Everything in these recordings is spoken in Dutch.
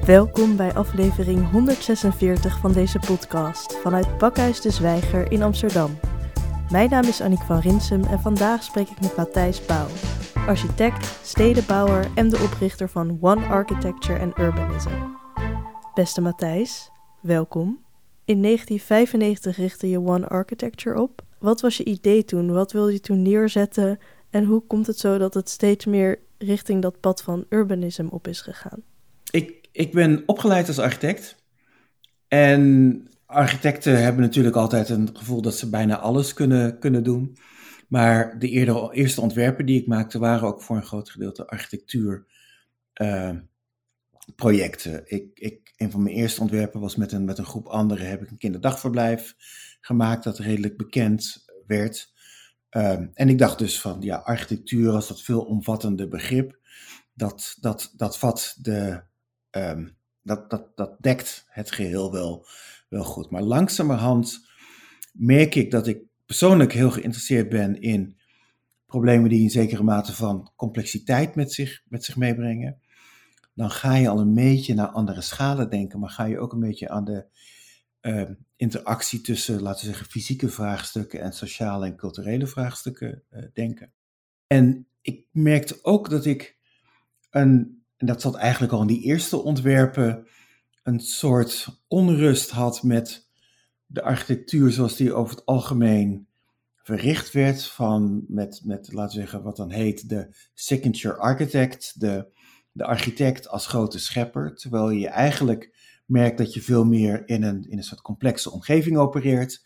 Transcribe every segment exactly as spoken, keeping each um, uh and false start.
Welkom bij aflevering honderdzesenveertig van deze podcast vanuit Pakhuis de Zwijger in Amsterdam. Mijn naam is Annick van Rinsum en vandaag spreek ik met Matthijs Pauw, architect, stedenbouwer en de oprichter van One Architecture and Urbanism. Beste Matthijs, welkom. In negentien vijfennegentig richtte je One Architecture op. Wat was je idee toen? Wat wilde je toen neerzetten? En hoe komt het zo dat het steeds meer richting dat pad van urbanism op is gegaan? Ik, ik ben opgeleid als architect. En architecten hebben natuurlijk altijd een gevoel dat ze bijna alles kunnen, kunnen doen. Maar de eerder, eerste ontwerpen die ik maakte waren ook voor een groot gedeelte architectuurprojecten. Uh, ik, ik, een van mijn eerste ontwerpen was met een, met een groep anderen heb ik een kinderdagverblijf gemaakt dat redelijk bekend werd. Uh, en ik dacht dus van ja, architectuur als dat veelomvattende begrip, dat, dat, dat vat de... Um, dat, dat, dat dekt het geheel wel, wel goed. Maar langzamerhand merk ik dat ik persoonlijk heel geïnteresseerd ben in problemen die een zekere mate van complexiteit met zich, met zich meebrengen. Dan ga je al een beetje naar andere schalen denken, maar ga je ook een beetje aan de uh, interactie tussen, laten we zeggen, fysieke vraagstukken en sociale en culturele vraagstukken uh, denken. En ik merkte ook dat ik een En dat zat eigenlijk al in die eerste ontwerpen, een soort onrust had met de architectuur zoals die over het algemeen verricht werd, van met, met laten we zeggen, wat dan heet de signature architect, de, de architect als grote schepper, terwijl je eigenlijk merkt dat je veel meer in een, in een soort complexe omgeving opereert.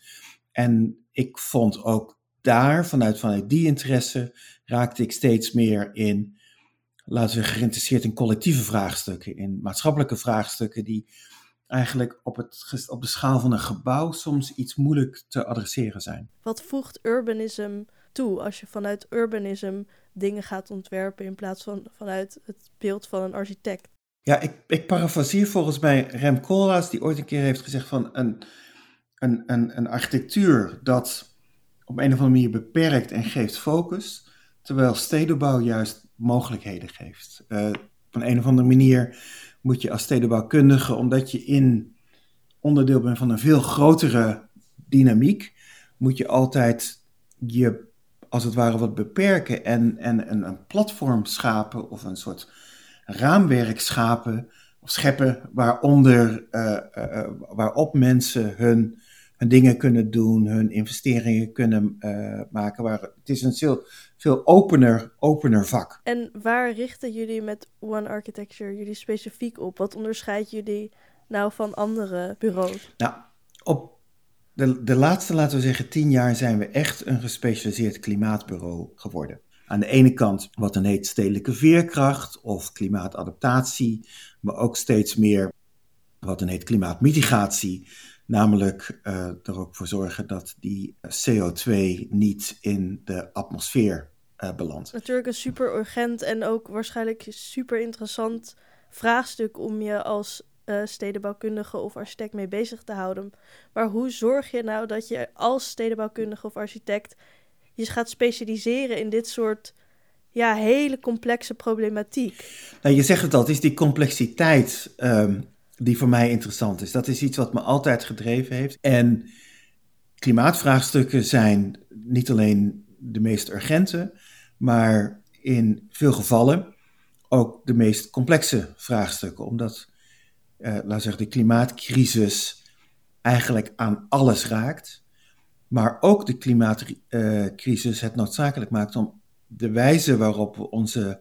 En ik vond ook daar, vanuit, vanuit die interesse, raakte ik steeds meer in, laten we geïnteresseerd in collectieve vraagstukken, in maatschappelijke vraagstukken die eigenlijk op, het, op de schaal van een gebouw soms iets moeilijk te adresseren zijn. Wat voegt urbanism toe als je vanuit urbanism dingen gaat ontwerpen in plaats van vanuit het beeld van een architect? Ja, ik, ik parafraseer volgens mij Rem Koolhaas, die ooit een keer heeft gezegd van een, een, een, een architectuur dat op een of andere manier beperkt en geeft focus, terwijl stedenbouw juist mogelijkheden geeft. Uh, op een, een of andere manier moet je als stedenbouwkundige, omdat je in onderdeel bent van een veel grotere dynamiek, moet je altijd je, als het ware, wat beperken en, en, en een platform schapen of een soort raamwerk schapen of scheppen waaronder, uh, uh, waarop mensen hun hun dingen kunnen doen, hun investeringen kunnen uh, maken. Waar, het is een veel, veel opener, opener vak. En waar richten jullie met One Architecture jullie specifiek op? Wat onderscheidt jullie nou van andere bureaus? Nou, op de, de laatste, laten we zeggen, tien jaar zijn we echt een gespecialiseerd klimaatbureau geworden. Aan de ene kant wat dan heet stedelijke veerkracht of klimaatadaptatie, maar ook steeds meer wat dan heet klimaatmitigatie. Namelijk uh, er ook voor zorgen dat die C O twee niet in de atmosfeer uh, belandt. Natuurlijk een super urgent en ook waarschijnlijk super interessant vraagstuk om je als uh, stedenbouwkundige of architect mee bezig te houden. Maar hoe zorg je nou dat je als stedenbouwkundige of architect je gaat specialiseren in dit soort ja, hele complexe problematiek? Nou, je zegt het al, het is die complexiteit Um, die voor mij interessant is. Dat is iets wat me altijd gedreven heeft. En klimaatvraagstukken zijn niet alleen de meest urgente, maar in veel gevallen ook de meest complexe vraagstukken. Omdat, uh, laten we zeggen, de klimaatcrisis eigenlijk aan alles raakt. Maar ook de klimaatcrisis het noodzakelijk maakt om de wijze waarop we onze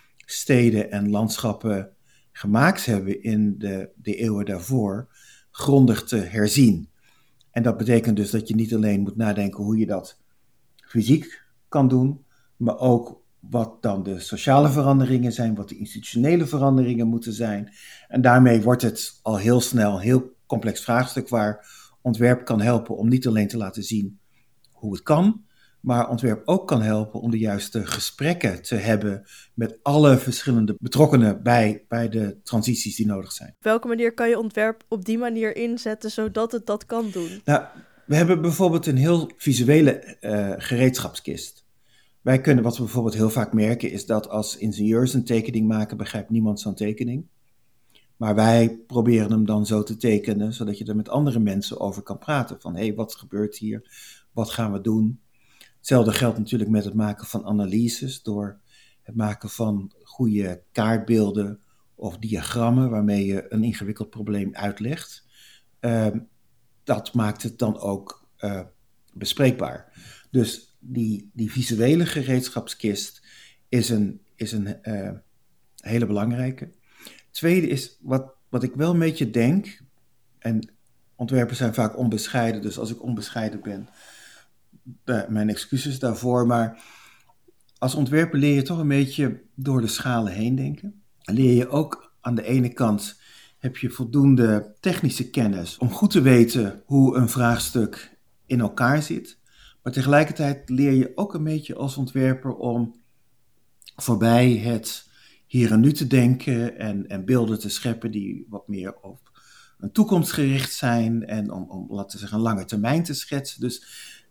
steden en landschappen gemaakt hebben in de, de eeuwen daarvoor, grondig te herzien. En dat betekent dus dat je niet alleen moet nadenken hoe je dat fysiek kan doen, maar ook wat dan de sociale veranderingen zijn, wat de institutionele veranderingen moeten zijn. En daarmee wordt het al heel snel een heel complex vraagstuk waar ontwerp kan helpen om niet alleen te laten zien hoe het kan, maar ontwerp ook kan helpen om de juiste gesprekken te hebben met alle verschillende betrokkenen bij, bij de transities die nodig zijn. Op welke manier kan je ontwerp op die manier inzetten zodat het dat kan doen? Nou, we hebben bijvoorbeeld een heel visuele uh, gereedschapskist. Wij kunnen, wat we bijvoorbeeld heel vaak merken, is dat als ingenieurs een tekening maken, begrijpt niemand zo'n tekening. Maar wij proberen hem dan zo te tekenen, zodat je er met andere mensen over kan praten. Van, hé, hey, wat gebeurt hier? Wat gaan we doen? Hetzelfde geldt natuurlijk met het maken van analyses, door het maken van goede kaartbeelden of diagrammen waarmee je een ingewikkeld probleem uitlegt. Uh, dat maakt het dan ook uh, bespreekbaar. Dus die, die visuele gereedschapskist is een, is een uh, hele belangrijke. Tweede is, wat, wat ik wel een beetje denk, en ontwerpers zijn vaak onbescheiden, dus als ik onbescheiden ben, uh, mijn excuses daarvoor, maar als ontwerper leer je toch een beetje door de schalen heen denken. En leer je ook aan de ene kant, heb je voldoende technische kennis om goed te weten hoe een vraagstuk in elkaar zit. Maar tegelijkertijd leer je ook een beetje als ontwerper om voorbij het hier en nu te denken en, en beelden te scheppen die wat meer op een toekomst gericht zijn en om, om laten we zeggen, een lange termijn te schetsen. Dus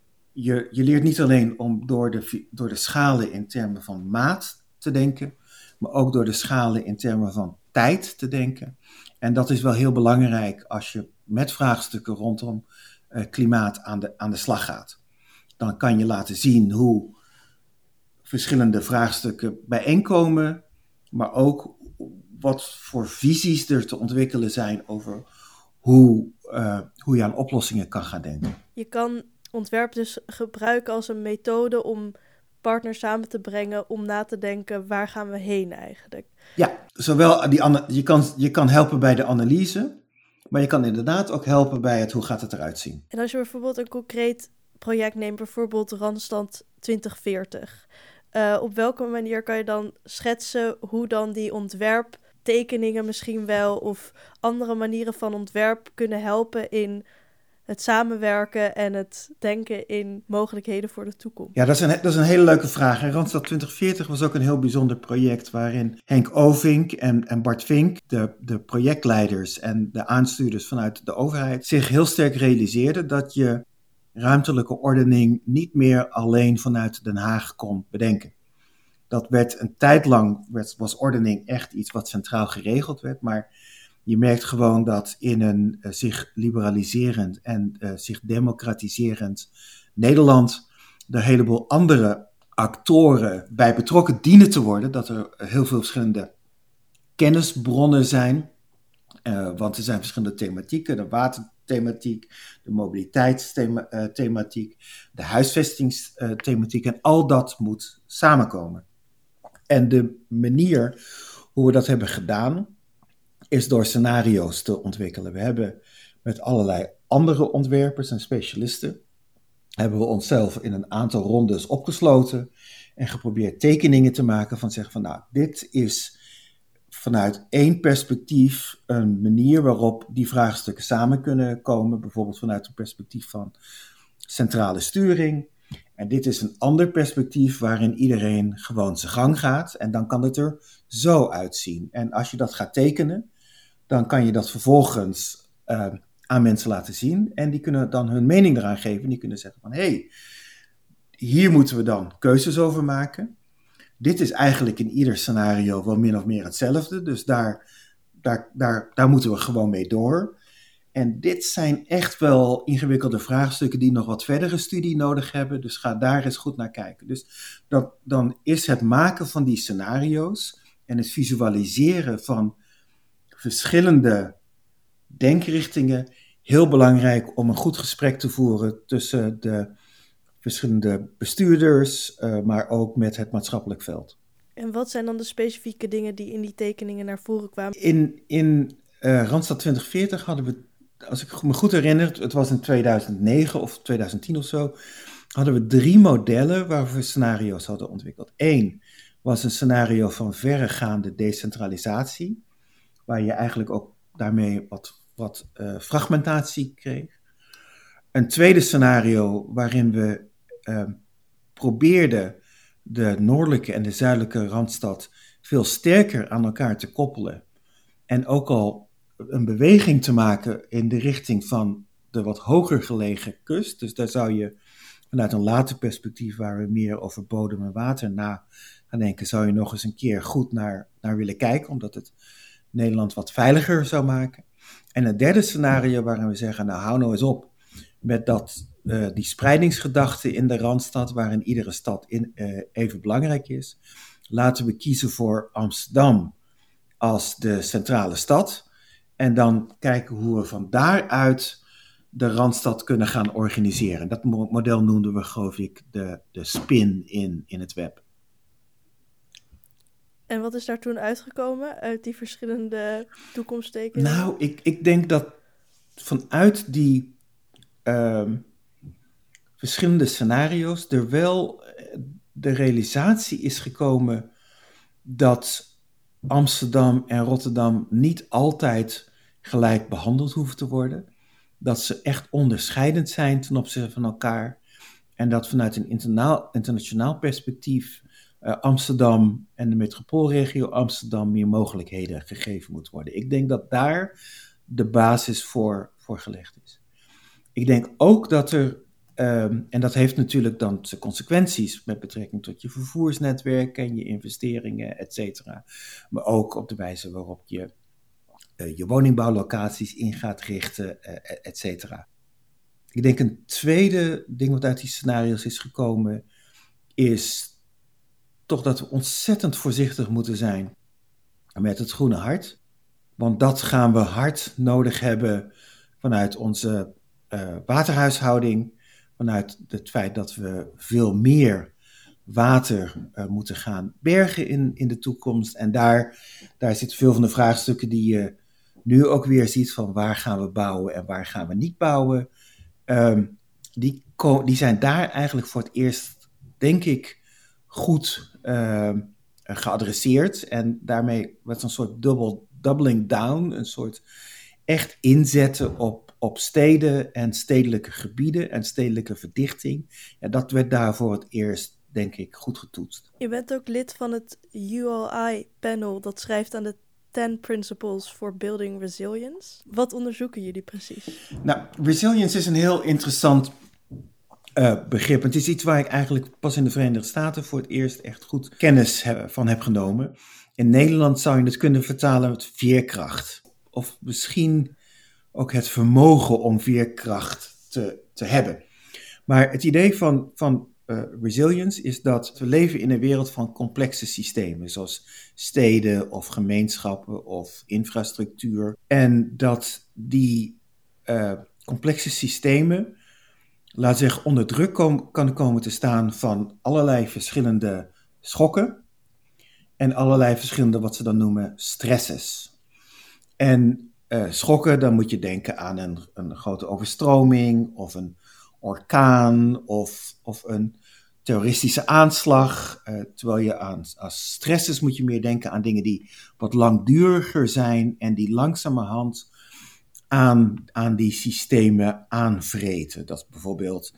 je, je leert niet alleen om door de, door de schalen in termen van maat te denken, maar ook door de schalen in termen van tijd te denken. En dat is wel heel belangrijk als je met vraagstukken rondom uh, klimaat aan de, aan de slag gaat. Dan kan je laten zien hoe verschillende vraagstukken bijeenkomen, maar ook wat voor visies er te ontwikkelen zijn over hoe, uh, hoe je aan oplossingen kan gaan denken. Je kan ontwerp dus gebruiken als een methode om partners samen te brengen om na te denken, waar gaan we heen eigenlijk? Ja, zowel die, je, kan, je kan helpen bij de analyse, maar je kan inderdaad ook helpen bij het hoe gaat het eruit zien. En als je bijvoorbeeld een concreet project neemt, bijvoorbeeld Randstad twintig veertig. Uh, op welke manier kan je dan schetsen hoe dan die ontwerptekeningen misschien wel of andere manieren van ontwerp kunnen helpen in het samenwerken en het denken in mogelijkheden voor de toekomst? Ja, dat is een, dat is een hele leuke vraag. En Randstad twintig veertig was ook een heel bijzonder project waarin Henk Ovink en, en Bart Vink, de, de projectleiders en de aanstuurders vanuit de overheid, zich heel sterk realiseerden dat je ruimtelijke ordening niet meer alleen vanuit Den Haag kon bedenken. Dat werd een tijd lang, werd, was ordening echt iets wat centraal geregeld werd, maar je merkt gewoon dat in een uh, zich liberaliserend en uh, zich democratiserend Nederland er een heleboel andere actoren bij betrokken dienen te worden, dat er heel veel verschillende kennisbronnen zijn, uh, want er zijn verschillende thematieken, de waterthematiek, de mobiliteitsthematiek, de huisvestingsthematiek en al dat moet samenkomen. En de manier hoe we dat hebben gedaan is door scenario's te ontwikkelen. We hebben met allerlei andere ontwerpers en specialisten hebben we onszelf in een aantal rondes opgesloten en geprobeerd tekeningen te maken van zeggen van nou, dit is vanuit één perspectief een manier waarop die vraagstukken samen kunnen komen, bijvoorbeeld vanuit het perspectief van centrale sturing. En dit is een ander perspectief waarin iedereen gewoon zijn gang gaat en dan kan het er zo uitzien. En als je dat gaat tekenen, dan kan je dat vervolgens uh, aan mensen laten zien en die kunnen dan hun mening eraan geven. Die kunnen zeggen van, hé, hey, hier moeten we dan keuzes over maken. Dit is eigenlijk in ieder scenario wel min of meer hetzelfde, dus daar, daar, daar, daar moeten we gewoon mee door. En dit zijn echt wel ingewikkelde vraagstukken die nog wat verdere studie nodig hebben, dus ga daar eens goed naar kijken. Dus dat, dan is het maken van die scenario's en het visualiseren van verschillende denkrichtingen heel belangrijk om een goed gesprek te voeren tussen de verschillende bestuurders, uh, maar ook met het maatschappelijk veld. En wat zijn dan de specifieke dingen die in die tekeningen naar voren kwamen? In, in uh, Randstad twintig veertig hadden we, als ik me goed herinner, het was in tweeduizend negen of tweeduizend tien of zo, hadden we drie modellen waar we scenario's hadden ontwikkeld. Eén was een scenario van verregaande decentralisatie, waar je eigenlijk ook daarmee wat, wat uh, fragmentatie kreeg. Een tweede scenario waarin we uh, probeerden de noordelijke en de zuidelijke Randstad veel sterker aan elkaar te koppelen. En ook al een beweging te maken in de richting van de wat hoger gelegen kust. Dus daar zou je vanuit een later perspectief waar we meer over bodem en water na gaan denken, zou je nog eens een keer goed naar, naar willen kijken. Omdat het Nederland wat veiliger zou maken. En het derde scenario waarin we zeggen, nou hou nou eens op met dat, uh, die spreidingsgedachte in de Randstad, waarin iedere stad in, uh, even belangrijk is. Laten we kiezen voor Amsterdam als de centrale stad. En dan kijken hoe we van daaruit de Randstad kunnen gaan organiseren. Dat model noemden we, geloof ik, de, de spin in, in het web. En wat is daar toen uitgekomen uit die verschillende toekomsttekeningen? Nou, ik, ik denk dat vanuit die uh, verschillende scenario's er wel de realisatie is gekomen dat Amsterdam en Rotterdam niet altijd gelijk behandeld hoeven te worden. Dat ze echt onderscheidend zijn ten opzichte van elkaar. En dat vanuit een internaal, internationaal perspectief uh, Amsterdam en de metropoolregio Amsterdam meer mogelijkheden gegeven moet worden. Ik denk dat daar de basis voor, voor gelegd is. Ik denk ook dat er, um, en dat heeft natuurlijk dan zijn consequenties met betrekking tot je vervoersnetwerk en je investeringen, et cetera. Maar ook op de wijze waarop je uh, je woningbouwlocaties in gaat richten, uh, et cetera. Ik denk een tweede ding wat uit die scenario's is gekomen, is toch dat we ontzettend voorzichtig moeten zijn met het groene hart. Want dat gaan we hard nodig hebben vanuit onze uh, waterhuishouding, vanuit het feit dat we veel meer water uh, moeten gaan bergen in, in de toekomst. En daar, daar zitten veel van de vraagstukken die je nu ook weer ziet van waar gaan we bouwen en waar gaan we niet bouwen. Um, die, die zijn daar eigenlijk voor het eerst, denk ik, goed uh, geadresseerd. En daarmee wordt een soort double, doubling down, een soort echt inzetten op, op steden en stedelijke gebieden en stedelijke verdichting. Ja, dat werd daar voor het eerst, denk ik, goed getoetst. Je bent ook lid van het U L I-panel dat schrijft aan de ten Principles for Building Resilience. Wat onderzoeken jullie precies? Nou, resilience is een heel interessant uh, begrip. Het is iets waar ik eigenlijk pas in de Verenigde Staten voor het eerst echt goed kennis heb, van heb genomen. In Nederland zou je het kunnen vertalen met veerkracht. Of misschien ook het vermogen om veerkracht te, te hebben. Maar het idee van, van uh, resilience is dat we leven in een wereld van complexe systemen, zoals steden of gemeenschappen of infrastructuur. En dat die uh, complexe systemen, laat zeggen, onder druk kom, kan komen te staan van allerlei verschillende schokken en allerlei verschillende, wat ze dan noemen, stresses. En uh, schokken, dan moet je denken aan een, een grote overstroming of een orkaan of, of een terroristische aanslag. Uh, terwijl je aan, als stresses moet je meer denken aan dingen die wat langduriger zijn en die langzamerhand aan, aan die systemen aanvreten. Dat is bijvoorbeeld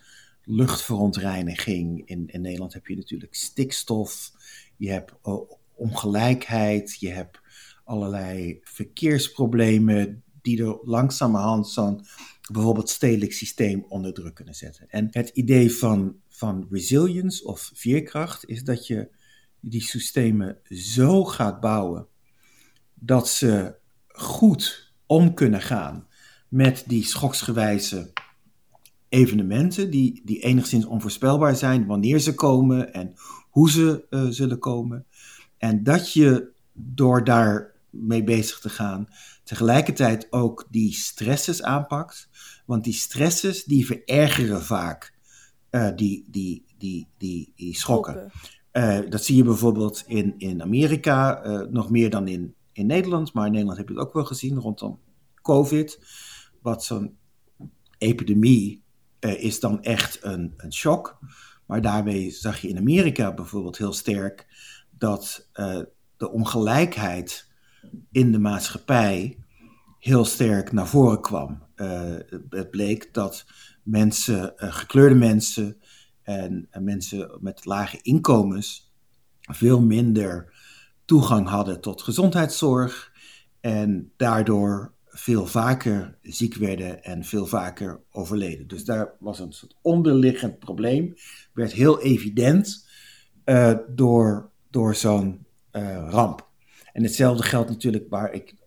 luchtverontreiniging. In, in Nederland heb je natuurlijk stikstof, je hebt uh, ongelijkheid, je hebt allerlei verkeersproblemen die er langzamerhand zo'n bijvoorbeeld stedelijk systeem onder druk kunnen zetten. En het idee van, van resilience of veerkracht is dat je die systemen zo gaat bouwen dat ze goed om kunnen gaan met die schoksgewijze evenementen die, die enigszins onvoorspelbaar zijn wanneer ze komen en hoe ze uh, zullen komen. En dat je door daar mee bezig te gaan, tegelijkertijd ook die stresses aanpakt. Want die stresses, die verergeren vaak uh, die, die, die, die, die schokken. Uh, dat zie je bijvoorbeeld in, in Amerika, uh, nog meer dan in, in Nederland. Maar in Nederland heb je het ook wel gezien rondom COVID. Wat zo'n epidemie uh, is dan echt een, een shock. Maar daarmee zag je in Amerika bijvoorbeeld heel sterk dat uh, de ongelijkheid in de maatschappij heel sterk naar voren kwam. Uh, het bleek dat mensen, uh, gekleurde mensen en uh, mensen met lage inkomens veel minder toegang hadden tot gezondheidszorg en daardoor veel vaker ziek werden en veel vaker overleden. Dus daar was een soort onderliggend probleem, werd heel evident uh, door, door zo'n uh, ramp. En hetzelfde geldt natuurlijk waar ik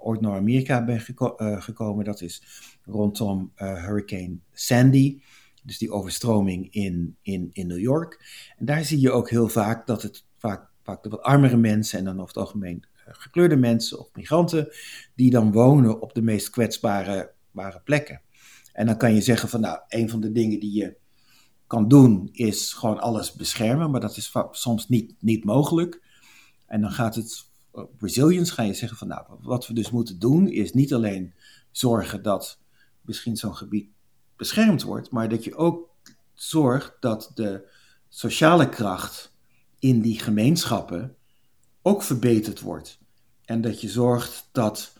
ooit naar Amerika ben geko- uh, gekomen. Dat is rondom uh, Hurricane Sandy. Dus die overstroming in, in, in New York. En daar zie je ook heel vaak dat het vaak, vaak de wat armere mensen en dan over het algemeen uh, gekleurde mensen of migranten, die dan wonen op de meest kwetsbare bare plekken. En dan kan je zeggen van nou, een van de dingen die je kan doen is gewoon alles beschermen, maar dat is va- soms niet, niet mogelijk. En dan gaat het, uh, resilience, ga je zeggen van nou, wat we dus moeten doen is niet alleen zorgen dat misschien zo'n gebied beschermd wordt, maar dat je ook zorgt dat de sociale kracht in die gemeenschappen ook verbeterd wordt. En dat je zorgt dat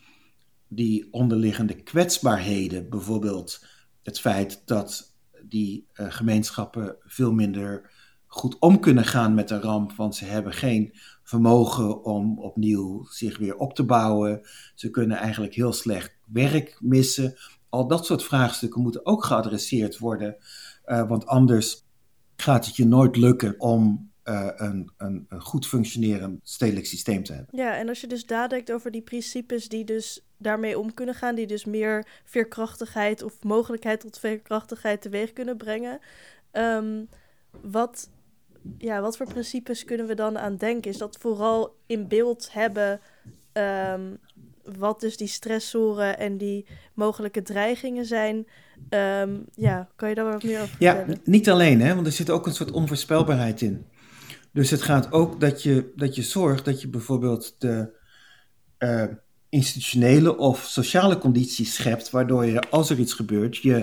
die onderliggende kwetsbaarheden, bijvoorbeeld het feit dat die uh, gemeenschappen veel minder goed om kunnen gaan met de ramp, want ze hebben geen vermogen om opnieuw zich weer op te bouwen. Ze kunnen eigenlijk heel slecht werk missen. Al dat soort vraagstukken moeten ook geadresseerd worden, uh, want anders gaat het je nooit lukken om uh, een, een, een goed functionerend stedelijk systeem te hebben. Ja, en als je dus nadenkt over die principes die dus daarmee om kunnen gaan, die dus meer veerkrachtigheid of mogelijkheid tot veerkrachtigheid teweeg kunnen brengen, um, wat, ja, wat voor principes kunnen we dan aan denken? Is dat vooral in beeld hebben um, wat dus die stressoren en die mogelijke dreigingen zijn? Um, ja, kan je daar wat meer over vertellen? Ja, niet alleen, hè, want er zit ook een soort onvoorspelbaarheid in. Dus het gaat ook dat je, dat je zorgt dat je bijvoorbeeld de uh, institutionele of sociale condities schept, waardoor je, als er iets gebeurt, je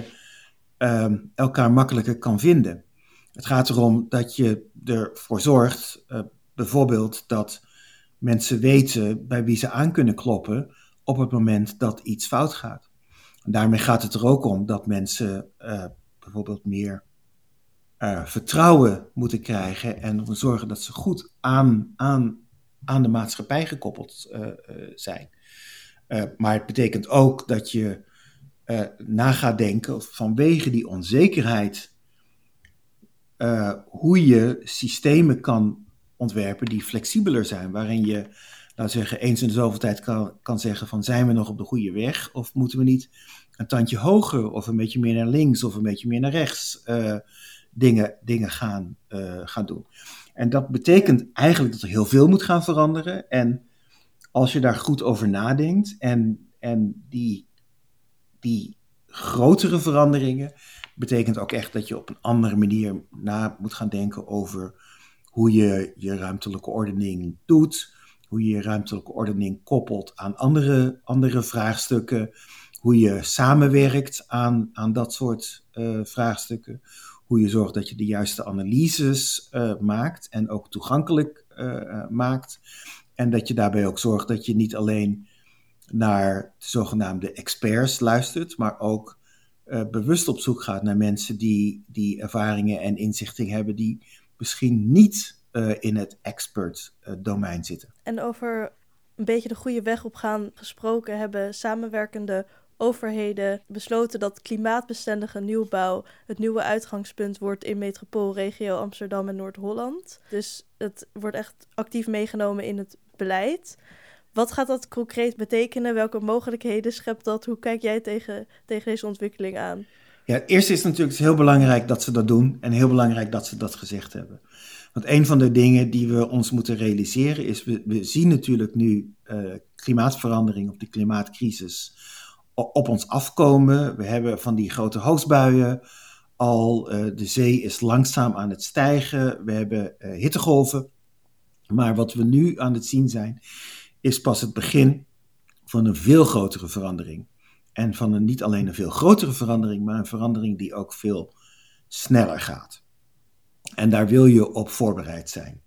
uh, elkaar makkelijker kan vinden. Het gaat erom dat je ervoor zorgt, uh, bijvoorbeeld dat mensen weten bij wie ze aan kunnen kloppen op het moment dat iets fout gaat. En daarmee gaat het er ook om dat mensen uh, bijvoorbeeld meer uh, vertrouwen moeten krijgen en ervoor zorgen dat ze goed aan, aan, aan de maatschappij gekoppeld uh, uh, zijn. Uh, maar het betekent ook dat je uh, na gaat denken vanwege die onzekerheid uh, hoe je systemen kan ontwerpen die flexibeler zijn, waarin je, nou zeggen, eens in de zoveel tijd kan, kan zeggen van zijn we nog op de goede weg of moeten we niet een tandje hoger of een beetje meer naar links of een beetje meer naar rechts uh, dingen, dingen gaan, uh, gaan doen. En dat betekent eigenlijk dat er heel veel moet gaan veranderen. En als je daar goed over nadenkt en, en die, die grotere veranderingen betekent ook echt dat je op een andere manier na moet gaan denken over hoe je je ruimtelijke ordening doet, hoe je je ruimtelijke ordening koppelt aan andere, andere vraagstukken, hoe je samenwerkt aan, aan dat soort uh, vraagstukken, hoe je zorgt dat je de juiste analyses uh, maakt en ook toegankelijk uh, maakt. En dat je daarbij ook zorgt dat je niet alleen naar de zogenaamde experts luistert, maar ook uh, bewust op zoek gaat naar mensen die, die ervaringen en inzichten hebben die misschien niet uh, in het expert uh, domein zitten. En over een beetje de goede weg op gaan gesproken, hebben samenwerkende overheden besloten dat klimaatbestendige nieuwbouw het nieuwe uitgangspunt wordt in metropoolregio Amsterdam en Noord-Holland. Dus het wordt echt actief meegenomen in het beleid. Wat gaat dat concreet betekenen? Welke mogelijkheden schept dat? Hoe kijk jij tegen, tegen deze ontwikkeling aan? Ja, het eerste is natuurlijk heel belangrijk dat ze dat doen en heel belangrijk dat ze dat gezegd hebben. Want een van de dingen die we ons moeten realiseren is, we, we zien natuurlijk nu uh, klimaatverandering of de klimaatcrisis op ons afkomen. We hebben van die grote hoosbuien al, uh, de zee is langzaam aan het stijgen, we hebben uh, hittegolven. Maar wat we nu aan het zien zijn, is pas het begin van een veel grotere verandering. En van een niet alleen een veel grotere verandering, maar een verandering die ook veel sneller gaat. En daar wil je op voorbereid zijn.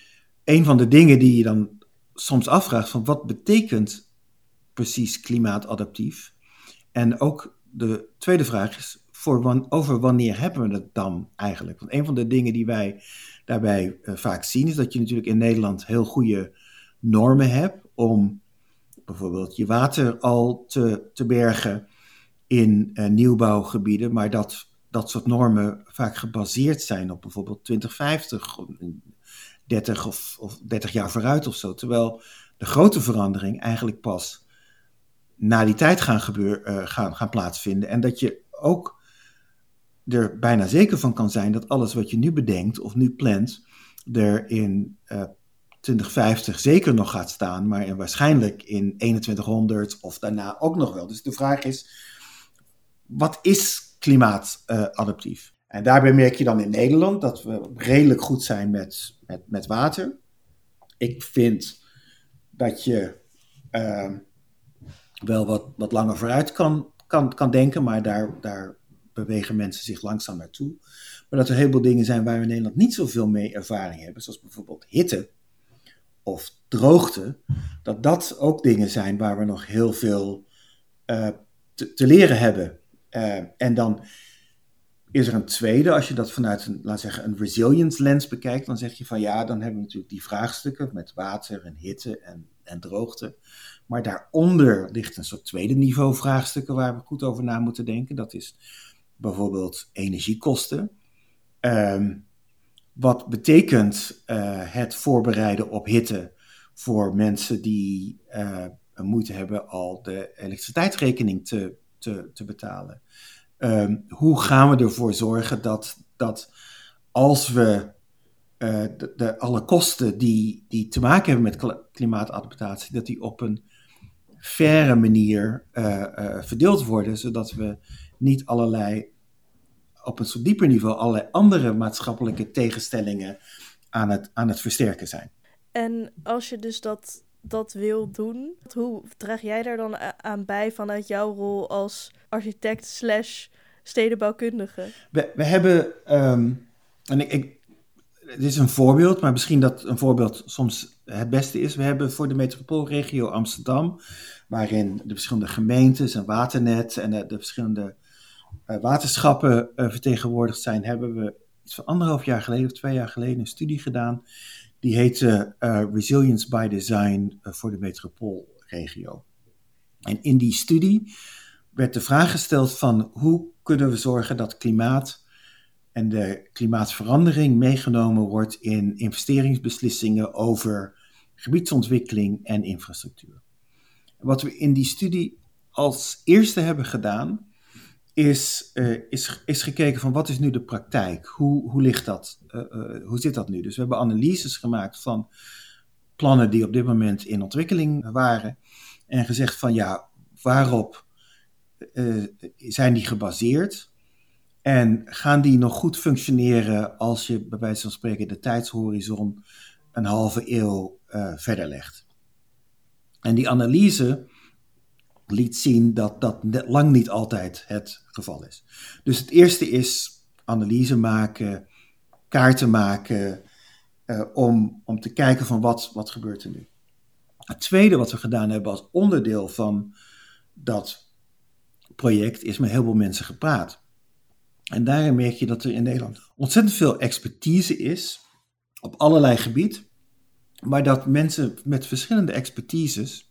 Een van de dingen die je dan soms afvraagt, van wat betekent precies klimaatadaptief? En ook de tweede vraag is, voor wan, over wanneer hebben we het dan eigenlijk? Want een van de dingen die wij daarbij uh, vaak zien, is dat je natuurlijk in Nederland heel goede normen hebt om bijvoorbeeld je water al te, te bergen in uh, nieuwbouwgebieden, maar dat dat soort normen vaak gebaseerd zijn op bijvoorbeeld twintig vijftig, dertig of, of dertig jaar vooruit of zo. Terwijl de grote verandering eigenlijk pas na die tijd gaan, gebeur, uh, gaan, gaan plaatsvinden. En dat je ook er bijna zeker van kan zijn dat alles wat je nu bedenkt of nu plant, er in uh, twintig vijftig zeker nog gaat staan, maar in, waarschijnlijk in eenentwintighonderd of daarna ook nog wel. Dus de vraag is, wat is klimaatadaptief? Uh, en daarbij merk je dan in Nederland dat we redelijk goed zijn met, met, met water. Ik vind dat je uh, wel wat, wat langer vooruit kan, kan, kan denken, maar daar, daar bewegen mensen zich langzaam naartoe. Maar dat er heel veel dingen zijn waar we in Nederland niet zoveel mee ervaring hebben, zoals bijvoorbeeld hitte of droogte, dat dat ook dingen zijn waar we nog heel veel uh, te, te leren hebben. Uh, en dan is er een tweede, als je dat vanuit een, laat zeggen, een resilience lens bekijkt, dan zeg je van ja, dan hebben we natuurlijk die vraagstukken met water en hitte en, en droogte. Maar daaronder ligt een soort tweede niveau vraagstukken waar we goed over na moeten denken. Dat is bijvoorbeeld energiekosten. Um, wat betekent uh, het voorbereiden op hitte voor mensen die uh, moeite hebben al de elektriciteitsrekening te, te, te betalen? Um, hoe gaan we ervoor zorgen dat, dat als we uh, de, de, alle kosten die, die te maken hebben met klimaatadaptatie, dat die op een faire manier uh, uh, verdeeld worden, zodat we niet allerlei, op een soort dieper niveau, allerlei andere maatschappelijke tegenstellingen aan het, aan het versterken zijn. En als je dus dat, dat wil doen, hoe draag jij daar dan aan bij vanuit jouw rol als architect slash stedenbouwkundige? We, we hebben, um, en ik, ik, dit is een voorbeeld, maar misschien dat een voorbeeld soms het beste is. We hebben voor de metropoolregio Amsterdam, waarin de verschillende gemeentes en Waternet en de, de verschillende uh, waterschappen uh, vertegenwoordigd zijn, hebben we iets van anderhalf jaar geleden of twee jaar geleden een studie gedaan. Die heette uh, Resilience by Design uh, voor de metropoolregio. En in die studie werd de vraag gesteld van hoe kunnen we zorgen dat klimaat en de klimaatverandering meegenomen wordt in investeringsbeslissingen over gebiedsontwikkeling en infrastructuur. Wat we in die studie als eerste hebben gedaan, is, uh, is, is gekeken van wat is nu de praktijk? Hoe, hoe ligt dat? Uh, uh, hoe zit dat nu? Dus we hebben analyses gemaakt van plannen die op dit moment in ontwikkeling waren en gezegd van ja, waarop uh, zijn die gebaseerd? En gaan die nog goed functioneren als je bij wijze van spreken de tijdshorizon een halve eeuw uh, verder legt? En die analyse liet zien dat dat lang niet altijd het geval is. Dus het eerste is analyse maken, kaarten maken, uh, om, om te kijken van wat, wat gebeurt er nu. Het tweede wat we gedaan hebben als onderdeel van dat project is met heel veel mensen gepraat. En daarin merk je dat er in Nederland ontzettend veel expertise is op allerlei gebieden, maar dat mensen met verschillende expertises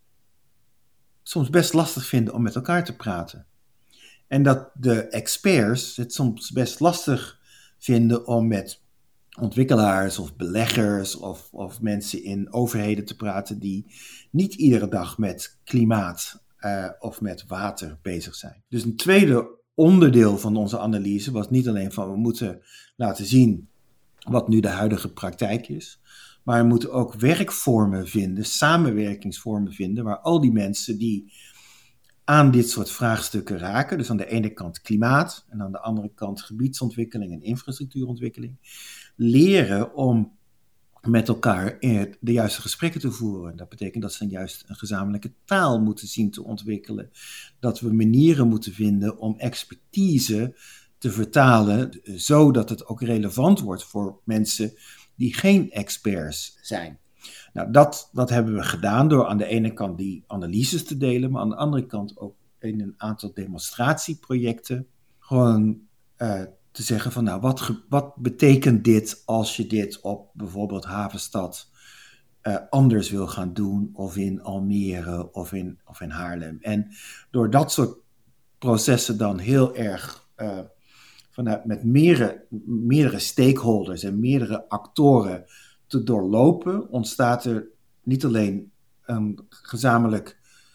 soms best lastig vinden om met elkaar te praten. En dat de experts het soms best lastig vinden om met ontwikkelaars of beleggers of, of mensen in overheden te praten die niet iedere dag met klimaat uh, of met water bezig zijn. Dus een tweede onderdeel van onze analyse was niet alleen van we moeten laten zien wat nu de huidige praktijk is, maar we moeten ook werkvormen vinden, samenwerkingsvormen vinden, waar al die mensen die aan dit soort vraagstukken raken, dus aan de ene kant klimaat en aan de andere kant gebiedsontwikkeling en infrastructuurontwikkeling, leren om met elkaar de juiste gesprekken te voeren. Dat betekent dat ze juist een gezamenlijke taal moeten zien te ontwikkelen. Dat we manieren moeten vinden om expertise te vertalen, zodat het ook relevant wordt voor mensen die geen experts zijn. Nou, dat, dat hebben we gedaan door aan de ene kant die analyses te delen, maar aan de andere kant ook in een aantal demonstratieprojecten gewoon uh, te zeggen van nou, wat, ge, wat betekent dit als je dit op bijvoorbeeld Havenstad uh, anders wil gaan doen, of in Almere of in, of in Haarlem. En door dat soort processen dan heel erg uh, vanuit met meerdere, meerdere stakeholders en meerdere actoren te doorlopen, ontstaat er niet alleen een gezamenlijk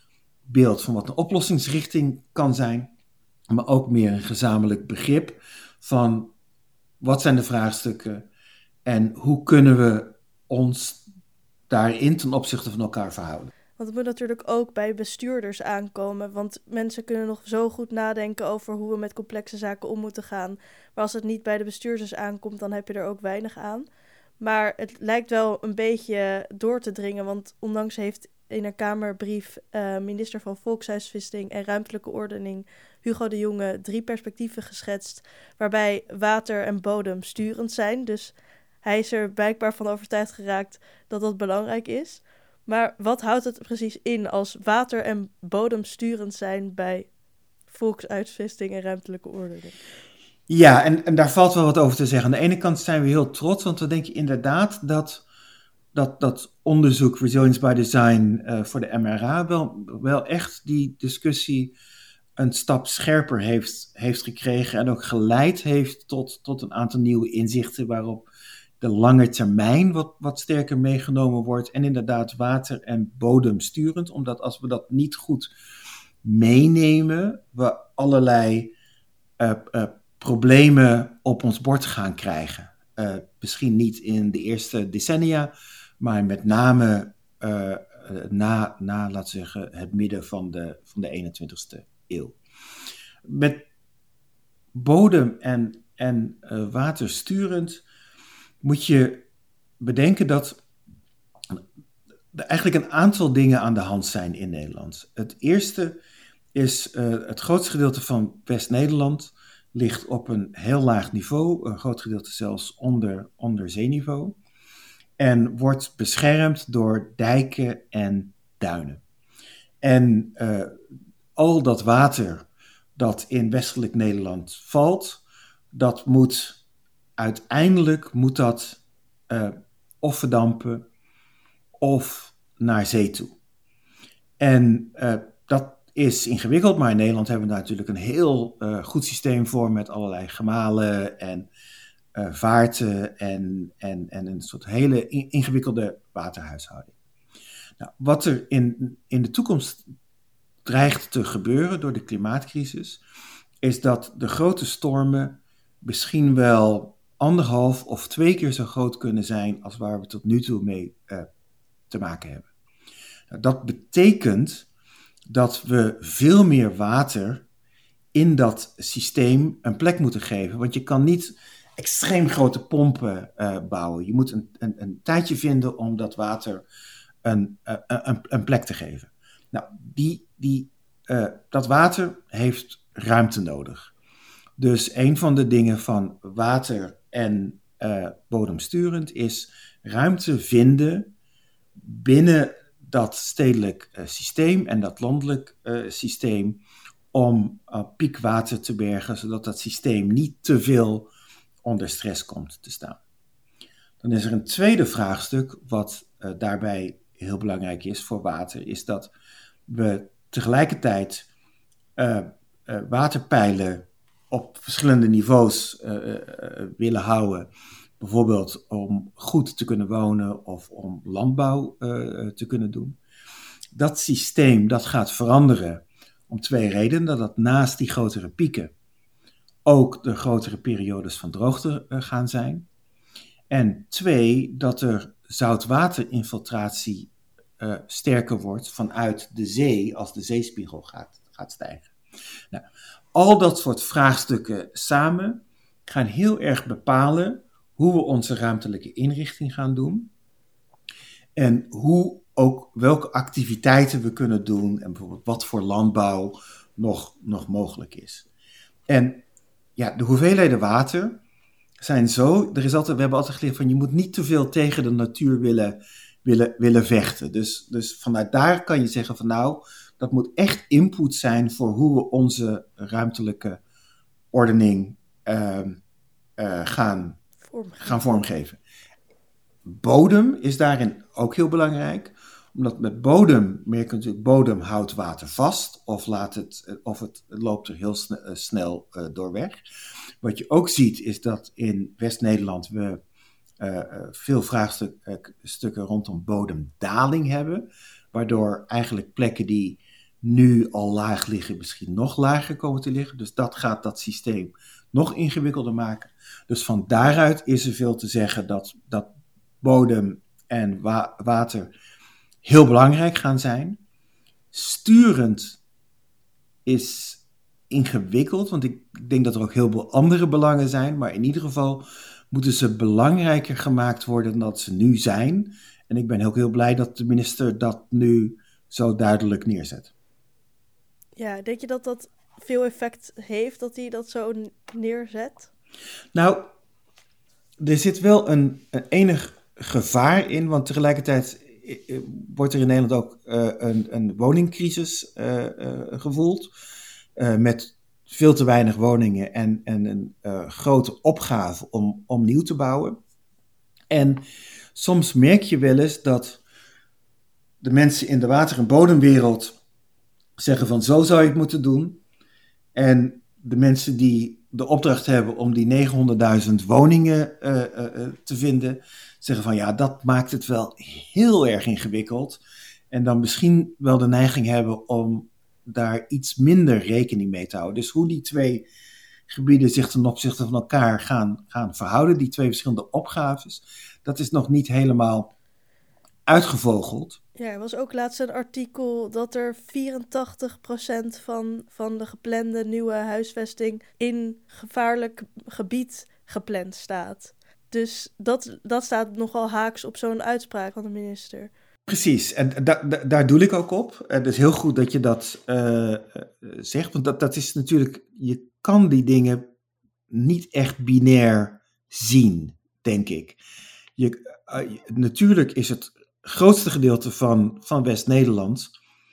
beeld van wat een oplossingsrichting kan zijn, maar ook meer een gezamenlijk begrip van wat zijn de vraagstukken en hoe kunnen we ons daarin ten opzichte van elkaar verhouden. Want het moet natuurlijk ook bij bestuurders aankomen, want mensen kunnen nog zo goed nadenken over hoe we met complexe zaken om moeten gaan. Maar als het niet bij de bestuurders aankomt, dan heb je er ook weinig aan. Maar het lijkt wel een beetje door te dringen, want onlangs heeft in een Kamerbrief uh, minister van Volkshuisvesting en Ruimtelijke Ordening Hugo de Jonge drie perspectieven geschetst, waarbij water en bodem sturend zijn. Dus hij is er blijkbaar van overtuigd geraakt dat dat belangrijk is. Maar wat houdt het precies in als water en bodem sturend zijn bij volkshuisvesting en ruimtelijke ordening? Ja, en, en daar valt wel wat over te zeggen. Aan de ene kant zijn we heel trots, want dan denk je inderdaad dat dat, dat onderzoek Resilience by Design uh, voor de M R A wel, wel echt die discussie een stap scherper heeft, heeft gekregen en ook geleid heeft tot, tot een aantal nieuwe inzichten waarop de lange termijn wat, wat sterker meegenomen wordt en inderdaad water en bodem sturend, omdat als we dat niet goed meenemen, we allerlei uh, uh, problemen op ons bord gaan krijgen. Uh, misschien niet in de eerste decennia, maar met name uh, uh, na, na, laten we zeggen, het midden van de, van de eenentwintigste eeuw. Met bodem en, en uh, water sturend moet je bedenken dat er eigenlijk een aantal dingen aan de hand zijn in Nederland. Het eerste is uh, het grootste gedeelte van West-Nederland ligt op een heel laag niveau, een groot gedeelte zelfs onder, onder zeeniveau, en wordt beschermd door dijken en duinen. En uh, al dat water dat in westelijk Nederland valt, dat moet uiteindelijk moet dat uh, of verdampen of naar zee toe. En uh, dat is ingewikkeld, maar in Nederland hebben we daar natuurlijk een heel uh, goed systeem voor met allerlei gemalen en uh, vaarten en, en, en een soort hele ingewikkelde waterhuishouding. Nou, wat er in, in de toekomst dreigt te gebeuren door de klimaatcrisis, is dat de grote stormen misschien wel anderhalf of twee keer zo groot kunnen zijn als waar we tot nu toe mee uh, te maken hebben. Nou, dat betekent dat we veel meer water in dat systeem een plek moeten geven. Want je kan niet extreem grote pompen uh, bouwen. Je moet een, een, een tijdje vinden om dat water een, uh, een, een plek te geven. Nou, die, die, uh, dat water heeft ruimte nodig. Dus een van de dingen van water en uh, bodemsturend is ruimte vinden binnen dat stedelijk uh, systeem en dat landelijk uh, systeem om uh, piekwater te bergen, zodat dat systeem niet te veel onder stress komt te staan. Dan is er een tweede vraagstuk wat uh, daarbij heel belangrijk is voor water, is dat we tegelijkertijd uh, uh, waterpeilen op verschillende niveaus uh, uh, willen houden. Bijvoorbeeld om goed te kunnen wonen of om landbouw uh, te kunnen doen. Dat systeem dat gaat veranderen om twee redenen. Dat naast die grotere pieken ook de grotere periodes van droogte uh, gaan zijn. En twee, dat er zoutwaterinfiltratie uh, sterker wordt vanuit de zee als de zeespiegel gaat, gaat stijgen. Nou, al dat soort vraagstukken samen gaan heel erg bepalen hoe we onze ruimtelijke inrichting gaan doen. En hoe ook welke activiteiten we kunnen doen. En bijvoorbeeld wat voor landbouw nog, nog mogelijk is. En ja, de hoeveelheden water zijn zo. Er is altijd, we hebben altijd geleerd van je moet niet te veel tegen de natuur willen, willen, willen vechten. Dus, dus vanuit daar kan je zeggen van nou, dat moet echt input zijn voor hoe we onze ruimtelijke ordening uh, uh, gaan Vormgeven. gaan vormgeven. Bodem is daarin ook heel belangrijk, omdat met bodem merk je natuurlijk, bodem houdt water vast of, laat het, of het loopt er heel snel, uh, snel uh, door weg. Wat je ook ziet is dat in West-Nederland we uh, veel vraagstukken rondom bodemdaling hebben, waardoor eigenlijk plekken die nu al laag liggen, misschien nog lager komen te liggen. Dus dat gaat dat systeem nog ingewikkelder maken. Dus van daaruit is er veel te zeggen dat, dat bodem en wa- water heel belangrijk gaan zijn. Sturend is ingewikkeld, want ik denk dat er ook heel veel andere belangen zijn, maar in ieder geval moeten ze belangrijker gemaakt worden dan dat ze nu zijn. En ik ben ook heel blij dat de minister dat nu zo duidelijk neerzet. Ja, denk je dat dat veel effect heeft, dat hij dat zo neerzet? Nou, er zit wel een, een enig gevaar in, want tegelijkertijd wordt er in Nederland ook uh, een, een woningcrisis uh, uh, gevoeld, uh, met veel te weinig woningen en, en een uh, grote opgave om, om nieuw te bouwen. En soms merk je wel eens dat de mensen in de water- en bodemwereld zeggen van zo zou je het moeten doen. En de mensen die de opdracht hebben om die negenhonderdduizend woningen uh, uh, te vinden, zeggen van ja, dat maakt het wel heel erg ingewikkeld. En dan misschien wel de neiging hebben om daar iets minder rekening mee te houden. Dus hoe die twee gebieden zich ten opzichte van elkaar gaan, gaan verhouden, die twee verschillende opgaves, dat is nog niet helemaal uitgevogeld. Ja, er was ook laatst een artikel dat er vierentachtig procent van, van de geplande nieuwe huisvesting in gevaarlijk gebied gepland staat. Dus dat, dat staat nogal haaks op zo'n uitspraak van de minister. Precies, en da- da- daar doe ik ook op. Het is heel goed dat je dat uh, zegt, want dat, dat is natuurlijk, je kan die dingen niet echt binair zien, denk ik. Je, uh, natuurlijk is het grootste gedeelte van, van West-Nederland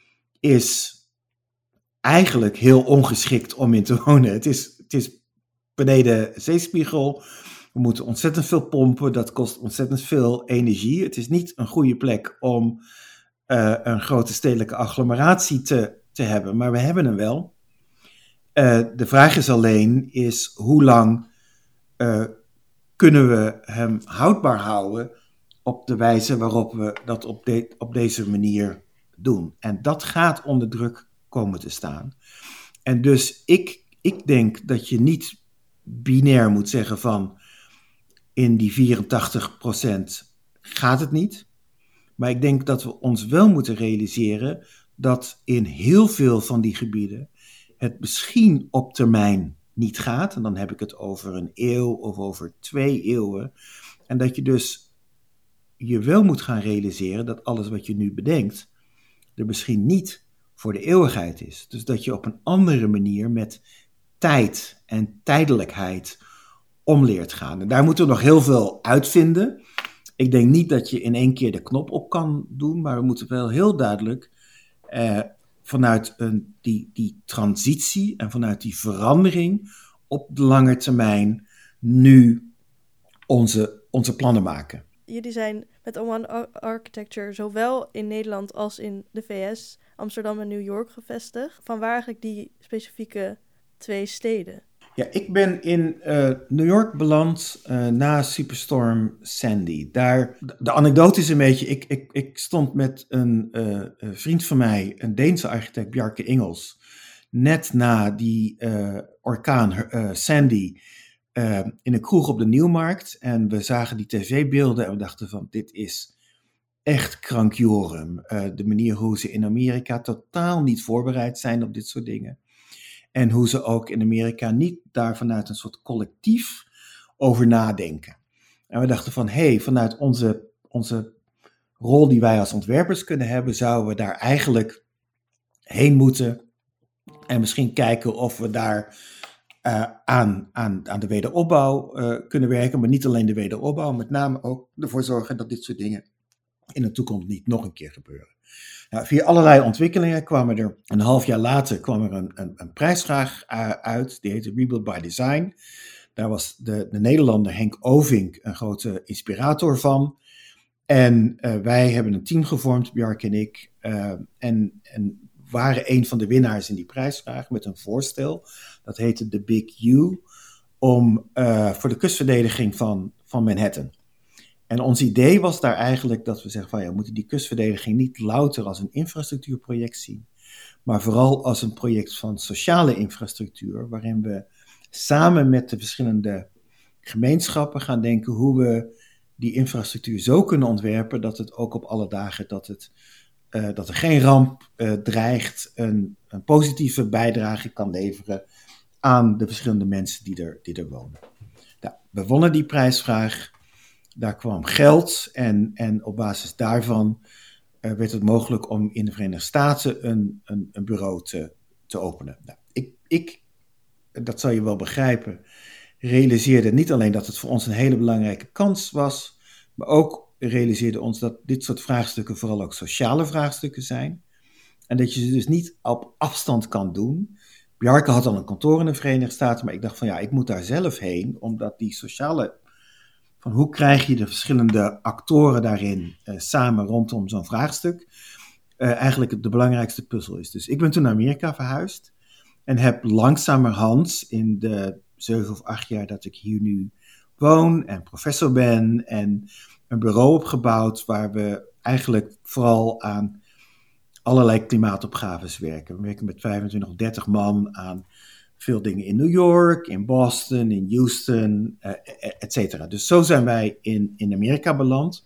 is eigenlijk heel ongeschikt om in te wonen. Het is, het is beneden zeespiegel. We moeten ontzettend veel pompen. Dat kost ontzettend veel energie. Het is niet een goede plek om uh, een grote stedelijke agglomeratie te, te hebben. Maar we hebben hem wel. Uh, de vraag is alleen, is hoe lang uh, kunnen we hem houdbaar houden op de wijze waarop we dat op, de, op deze manier doen. En dat gaat onder druk komen te staan. En dus ik, ik denk dat je niet binair moet zeggen van in die vierentachtig procent gaat het niet. Maar ik denk dat we ons wel moeten realiseren dat in heel veel van die gebieden het misschien op termijn niet gaat. En dan heb ik het over een eeuw of over twee eeuwen. En dat je dus je wel moet gaan realiseren dat alles wat je nu bedenkt er misschien niet voor de eeuwigheid is. Dus dat je op een andere manier met tijd en tijdelijkheid om leert gaan. En daar moeten we nog heel veel uitvinden. Ik denk niet dat je in één keer de knop op kan doen, maar we moeten wel heel duidelijk eh, vanuit een, die, die transitie en vanuit die verandering op de lange termijn nu onze, onze plannen maken. Jullie zijn met Oman Architecture zowel in Nederland als in de V S, Amsterdam en New York gevestigd. Vanwaar eigenlijk die specifieke twee steden? Ja, ik ben in uh, New York beland uh, na Superstorm Sandy. Daar, de anekdote is een beetje, ik, ik, ik stond met een uh, vriend van mij, een Deense architect, Bjarke Ingels, net na die uh, orkaan uh, Sandy uh, in een kroeg op de Nieuwmarkt. En we zagen die tv-beelden en we dachten van, dit is echt krankjorum. Uh, de manier hoe ze in Amerika totaal niet voorbereid zijn op dit soort dingen. En hoe ze ook in Amerika niet daar vanuit een soort collectief over nadenken. En we dachten van, hé, hey, vanuit onze, onze rol die wij als ontwerpers kunnen hebben, zouden we daar eigenlijk heen moeten. En misschien kijken of we daar uh, aan, aan, aan de wederopbouw uh, kunnen werken. Maar niet alleen de wederopbouw, met name ook ervoor zorgen dat dit soort dingen in de toekomst niet nog een keer gebeuren. Nou, via allerlei ontwikkelingen kwamen er, een half jaar later kwam er een, een, een prijsvraag uit, die heette Rebuild by Design. Daar was de, de Nederlander Henk Ovink een grote inspirator van. En uh, wij hebben een team gevormd, Bjarke en ik, uh, en, en waren een van de winnaars in die prijsvraag met een voorstel. Dat heette The Big U, om, uh, voor de kustverdediging van, van Manhattan. En ons idee was daar eigenlijk dat we zeggen van ja, we moeten die kustverdediging niet louter als een infrastructuurproject zien, maar vooral als een project van sociale infrastructuur, waarin we samen met de verschillende gemeenschappen gaan denken hoe we die infrastructuur zo kunnen ontwerpen dat het ook op alle dagen, dat, het, uh, dat er geen ramp uh, dreigt, een, een positieve bijdrage kan leveren aan de verschillende mensen die er, die er wonen. Nou, we wonnen die prijsvraag, daar kwam geld en, en op basis daarvan uh, werd het mogelijk om in de Verenigde Staten een, een, een bureau te, te openen. Nou, ik, ik, dat zal je wel begrijpen, realiseerde niet alleen dat het voor ons een hele belangrijke kans was, maar ook realiseerde ons dat dit soort vraagstukken vooral ook sociale vraagstukken zijn. En dat je ze dus niet op afstand kan doen. Bjarke had al een kantoor in de Verenigde Staten, maar ik dacht van ja, ik moet daar zelf heen, omdat die sociale, van hoe krijg je de verschillende actoren daarin uh, samen rondom zo'n vraagstuk, uh, eigenlijk de belangrijkste puzzel is. Dus ik ben toen naar Amerika verhuisd en heb langzamerhand in de zeven of acht jaar dat ik hier nu woon en professor ben en een bureau opgebouwd waar we eigenlijk vooral aan allerlei klimaatopgaves werken. We werken met vijfentwintig of dertig man aan veel dingen in New York, in Boston, in Houston, uh, et cetera. Dus zo zijn wij in, in Amerika beland.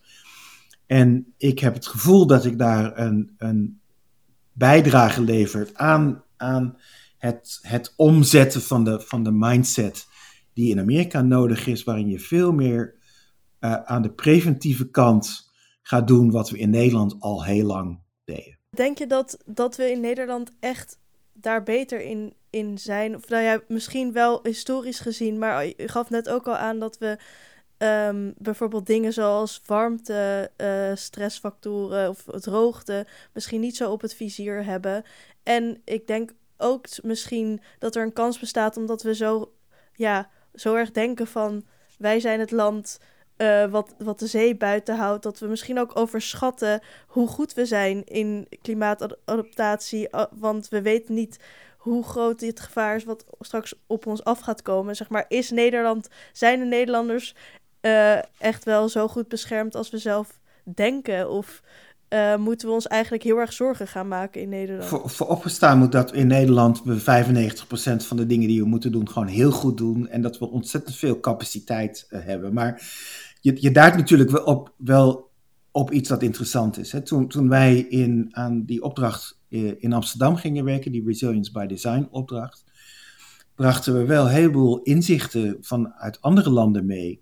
En ik heb het gevoel dat ik daar een, een bijdrage lever aan, aan het, het omzetten van de, van de mindset die in Amerika nodig is, waarin je veel meer uh, aan de preventieve kant gaat doen wat we in Nederland al heel lang deden. Denk je dat, dat we in Nederland echt daar beter in, in zijn? Of nou ja, misschien wel historisch gezien, maar je gaf net ook al aan dat we um, bijvoorbeeld dingen zoals warmte, uh, stressfactoren of droogte misschien niet zo op het vizier hebben. En ik denk ook misschien dat er een kans bestaat omdat we zo, ja, zo erg denken van wij zijn het land Uh, wat, wat de zee buiten houdt, dat we misschien ook overschatten hoe goed we zijn in klimaatadaptatie, uh, want we weten niet hoe groot dit gevaar is wat straks op ons af gaat komen. Zeg maar, is Nederland, zijn de Nederlanders uh, echt wel zo goed beschermd als we zelf denken? Of uh, moeten we ons eigenlijk heel erg zorgen gaan maken in Nederland? Voor, voor opgestaan moet dat in Nederland we vijfennegentig procent van de dingen die we moeten doen gewoon heel goed doen en dat we ontzettend veel capaciteit uh, hebben. Maar Je, je duidt natuurlijk wel op, wel op iets dat interessant is. Hè. Toen, toen wij in, aan die opdracht in Amsterdam gingen werken, die Resilience by Design opdracht, brachten we wel een heleboel inzichten vanuit andere landen mee,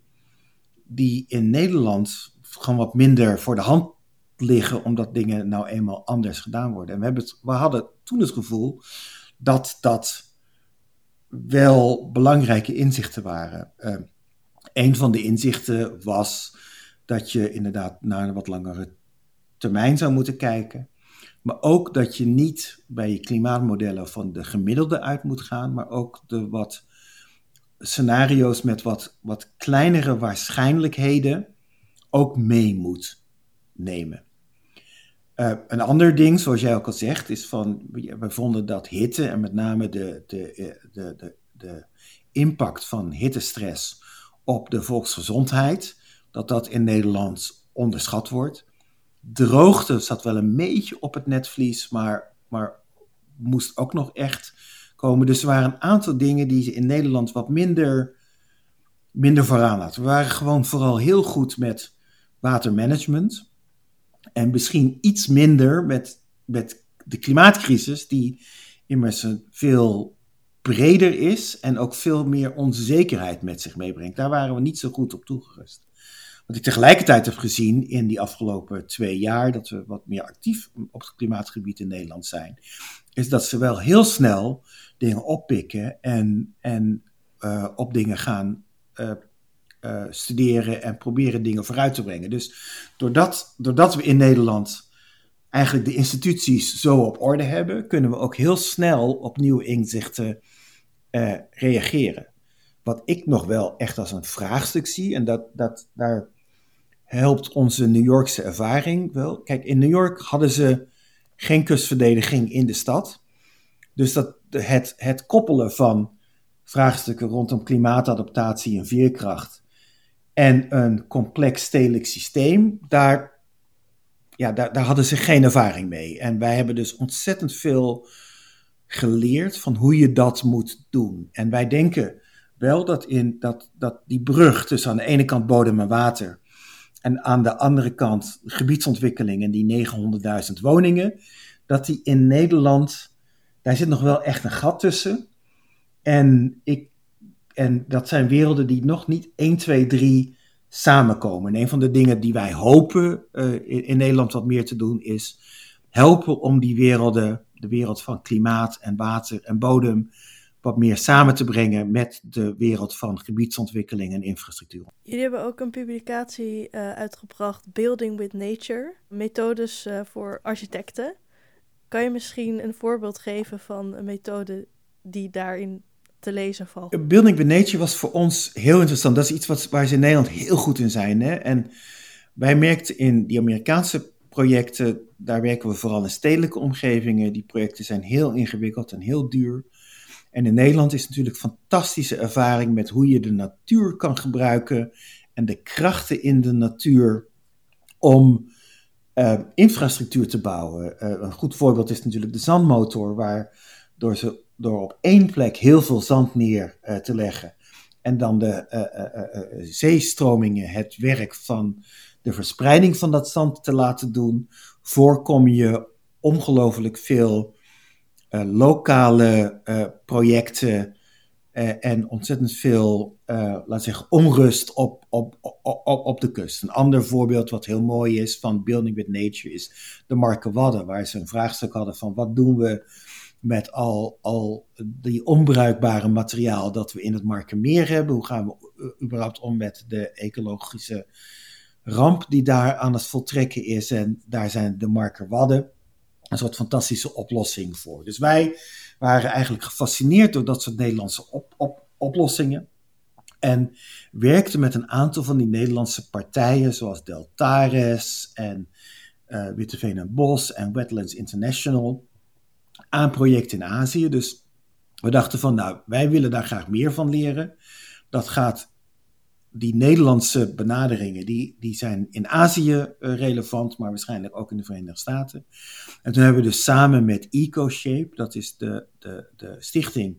die in Nederland gewoon wat minder voor de hand liggen, omdat dingen nou eenmaal anders gedaan worden. En we, hebben het, we hadden toen het gevoel dat dat wel belangrijke inzichten waren. Uh, Een van de inzichten was dat je inderdaad naar een wat langere termijn zou moeten kijken. Maar ook dat je niet bij je klimaatmodellen van de gemiddelde uit moet gaan, maar ook de wat scenario's met wat, wat kleinere waarschijnlijkheden ook mee moet nemen. Uh, een ander ding, zoals jij ook al zegt, is van, we vonden dat hitte en met name de, de, de, de, de impact van hittestress op de volksgezondheid, dat dat in Nederland onderschat wordt. Droogte zat wel een beetje op het netvlies, maar, maar moest ook nog echt komen. Dus er waren een aantal dingen die ze in Nederland wat minder, minder vooraan hadden. We waren gewoon vooral heel goed met watermanagement en misschien iets minder met, met de klimaatcrisis, die immers veel breder is en ook veel meer onzekerheid met zich meebrengt. Daar waren we niet zo goed op toegerust. Wat ik tegelijkertijd heb gezien in die afgelopen twee jaar, dat we wat meer actief op het klimaatgebied in Nederland zijn, is dat ze wel heel snel dingen oppikken en, en uh, op dingen gaan uh, uh, studeren en proberen dingen vooruit te brengen. Dus doordat, doordat we in Nederland eigenlijk de instituties zo op orde hebben, kunnen we ook heel snel op nieuwe inzichten uh, reageren. Wat ik nog wel echt als een vraagstuk zie, en dat, dat, daar helpt onze New Yorkse ervaring wel. Kijk, in New York hadden ze geen kustverdediging in de stad. Dus dat, het, het koppelen van vraagstukken rondom klimaatadaptatie en veerkracht en een complex stedelijk systeem, daar ja, daar, daar hadden ze geen ervaring mee. En wij hebben dus ontzettend veel geleerd van hoe je dat moet doen. En wij denken wel dat, in, dat, dat die brug tussen aan de ene kant bodem en water en aan de andere kant gebiedsontwikkeling en die negenhonderdduizend woningen, dat die in Nederland, daar zit nog wel echt een gat tussen. En, ik, en dat zijn werelden die nog niet één, twee, drie samenkomen. En een van de dingen die wij hopen uh, in, in Nederland wat meer te doen is helpen om die werelden, de wereld van klimaat en water en bodem, wat meer samen te brengen met de wereld van gebiedsontwikkeling en infrastructuur. Jullie hebben ook een publicatie uh, uitgebracht, Building with Nature, methodes uh, voor architecten. Kan je misschien een voorbeeld geven van een methode die daarin te lezen valt? Building with Nature was voor ons heel interessant. Dat is iets wat, waar ze in Nederland heel goed in zijn. Hè? En wij merkten in die Amerikaanse projecten, daar werken we vooral in stedelijke omgevingen. Die projecten zijn heel ingewikkeld en heel duur. En in Nederland is natuurlijk fantastische ervaring met hoe je de natuur kan gebruiken en de krachten in de natuur om uh, infrastructuur te bouwen. Uh, een goed voorbeeld is natuurlijk de zandmotor, waar door, ze, door op één plek heel veel zand neer uh, te leggen en dan de uh, uh, uh, zeestromingen, het werk van de verspreiding van dat zand te laten doen, voorkom je ongelooflijk veel Uh, lokale uh, projecten uh, en ontzettend veel, uh, laat zeggen, onrust op, op, op, op de kust. Een ander voorbeeld wat heel mooi is van Building with Nature is de Markerwadden, waar ze een vraagstuk hadden van wat doen we met al, al die onbruikbare materiaal dat we in het Markermeer hebben. Hoe gaan we uh, überhaupt om met de ecologische ramp die daar aan het voltrekken is? En daar zijn de Markerwadden een soort fantastische oplossing voor. Dus wij waren eigenlijk gefascineerd door dat soort Nederlandse op, op, oplossingen. En werkten met een aantal van die Nederlandse partijen, zoals Deltares en uh, Witteveen en Bos en Wetlands International, aan projecten in Azië. Dus we dachten van, nou, wij willen daar graag meer van leren. Dat gaat, die Nederlandse benaderingen, die, die zijn in Azië uh, relevant, maar waarschijnlijk ook in de Verenigde Staten. En toen hebben we dus samen met EcoShape, dat is de, de, de stichting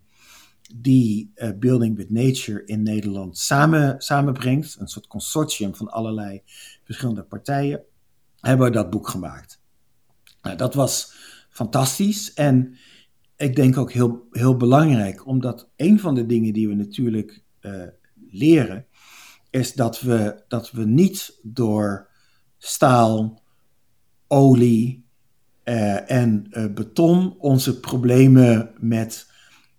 die uh, Building with Nature in Nederland samen, samenbrengt, een soort consortium van allerlei verschillende partijen, hebben we dat boek gemaakt. Nou, dat was fantastisch en ik denk ook heel, heel belangrijk, omdat een van de dingen die we natuurlijk uh, leren, is dat we, dat we niet door staal, olie uh, en uh, beton onze problemen met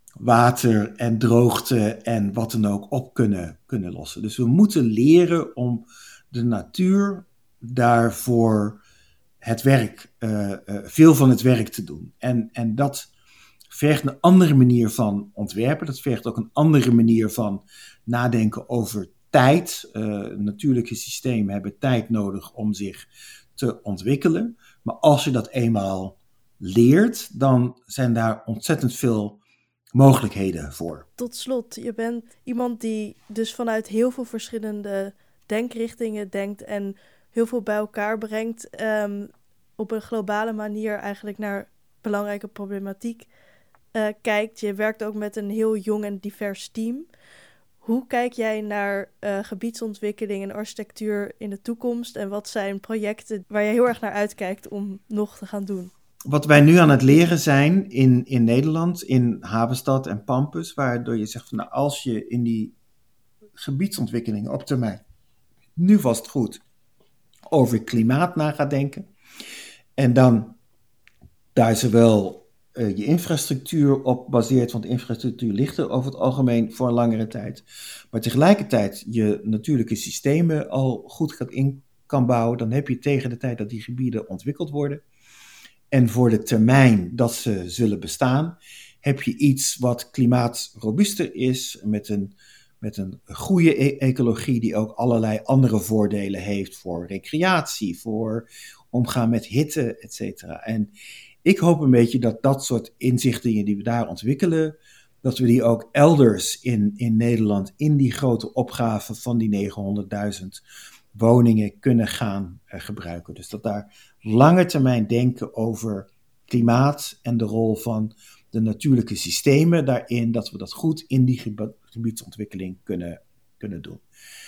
water en droogte en wat dan ook op kunnen, kunnen lossen. Dus we moeten leren om de natuur daarvoor het werk, uh, uh, veel van het werk te doen. En, en dat vergt een andere manier van ontwerpen. Dat vergt ook een andere manier van nadenken over tijd. Uh, natuurlijke systemen hebben tijd nodig om zich te ontwikkelen. Maar als je dat eenmaal leert, dan zijn daar ontzettend veel mogelijkheden voor. Tot slot, je bent iemand die dus vanuit heel veel verschillende denkrichtingen denkt en heel veel bij elkaar brengt, um, op een globale manier eigenlijk naar belangrijke problematiek uh, kijkt. Je werkt ook met een heel jong en divers team. Hoe kijk jij naar uh, gebiedsontwikkeling en architectuur in de toekomst en wat zijn projecten waar je heel erg naar uitkijkt om nog te gaan doen? Wat wij nu aan het leren zijn in, in Nederland, in Havenstad en Pampus, waardoor je zegt van nou, als je in die gebiedsontwikkeling op termijn nu vast goed over klimaat na gaat denken en dan daar zowel uh, je infrastructuur op baseert, want infrastructuur ligt er over het algemeen voor een langere tijd, maar tegelijkertijd je natuurlijke systemen al goed gaat in kan bouwen, dan heb je tegen de tijd dat die gebieden ontwikkeld worden en voor de termijn dat ze zullen bestaan, heb je iets wat klimaatrobuuster is, met een, met een goede e- ecologie die ook allerlei andere voordelen heeft voor recreatie, voor omgaan met hitte, et cetera. En ik hoop een beetje dat dat soort inzichten die we daar ontwikkelen, dat we die ook elders in, in Nederland, in die grote opgave van die negenhonderdduizend woningen kunnen gaan uh, gebruiken. Dus dat daar lange termijn denken over klimaat en de rol van de natuurlijke systemen daarin, dat we dat goed in die gebiedsontwikkeling kunnen, kunnen doen.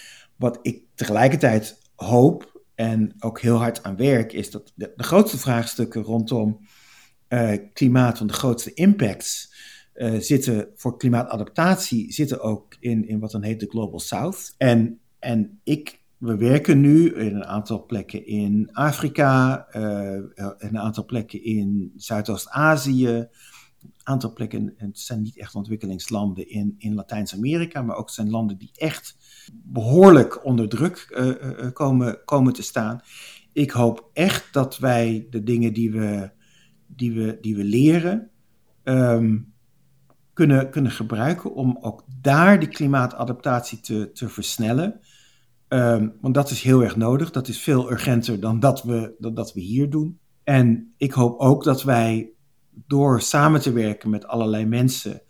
Wat ik tegelijkertijd hoop en ook heel hard aan werk, is dat de, de grootste vraagstukken rondom uh, klimaat, van de grootste impacts, uh, zitten voor klimaatadaptatie, zitten ook in, in wat dan heet de Global South. En, en ik, we werken nu in een aantal plekken in Afrika, uh, een aantal plekken in Zuidoost-Azië, een aantal plekken, en het zijn niet echt ontwikkelingslanden in, in Latijns-Amerika, maar ook zijn landen die echt behoorlijk onder druk uh, uh, komen, komen te staan. Ik hoop echt dat wij de dingen die we, die we, die we leren um, kunnen, kunnen gebruiken om ook daar die klimaatadaptatie te, te versnellen. Um, want dat is heel erg nodig. Dat is veel urgenter dan dat we, dan dat we hier doen. En ik hoop ook dat wij door samen te werken met allerlei mensen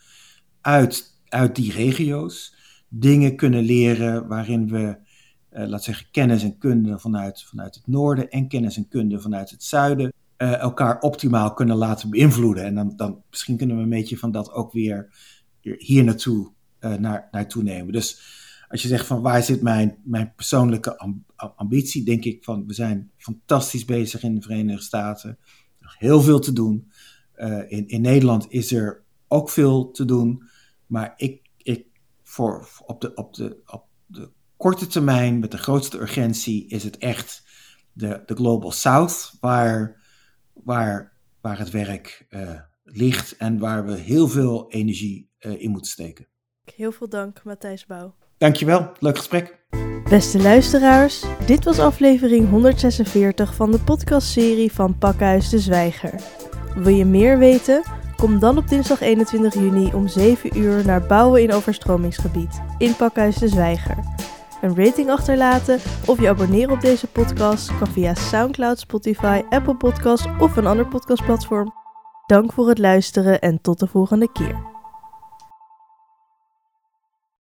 uit, uit die regio's dingen kunnen leren waarin we, uh, laat zeggen, kennis en kunde vanuit, vanuit het noorden en kennis en kunde vanuit het zuiden uh, elkaar optimaal kunnen laten beïnvloeden. En dan, dan misschien kunnen we een beetje van dat ook weer hier naartoe uh, naar, naartoe nemen. Dus als je zegt van waar zit mijn, mijn persoonlijke ambitie, denk ik van we zijn fantastisch bezig in de Verenigde Staten. Nog heel veel te doen. Uh, in, in Nederland is er ook veel te doen. Maar ik, ik voor, op, de, op, de, op de korte termijn met de grootste urgentie is het echt de, de Global South waar, waar, waar het werk uh, ligt en waar we heel veel energie uh, in moeten steken. Heel veel dank, Matthijs Bouw. Dankjewel, leuk gesprek. Beste luisteraars, dit was aflevering honderdzesenveertig van de podcastserie van Pakhuis de Zwijger. Wil je meer weten? Kom dan op dinsdag eenentwintig juni om zeven uur naar Bouwen in Overstromingsgebied in Pakhuis de Zwijger. Een rating achterlaten of je abonneren op deze podcast kan via SoundCloud, Spotify, Apple Podcasts of een ander podcastplatform. Dank voor het luisteren en tot de volgende keer.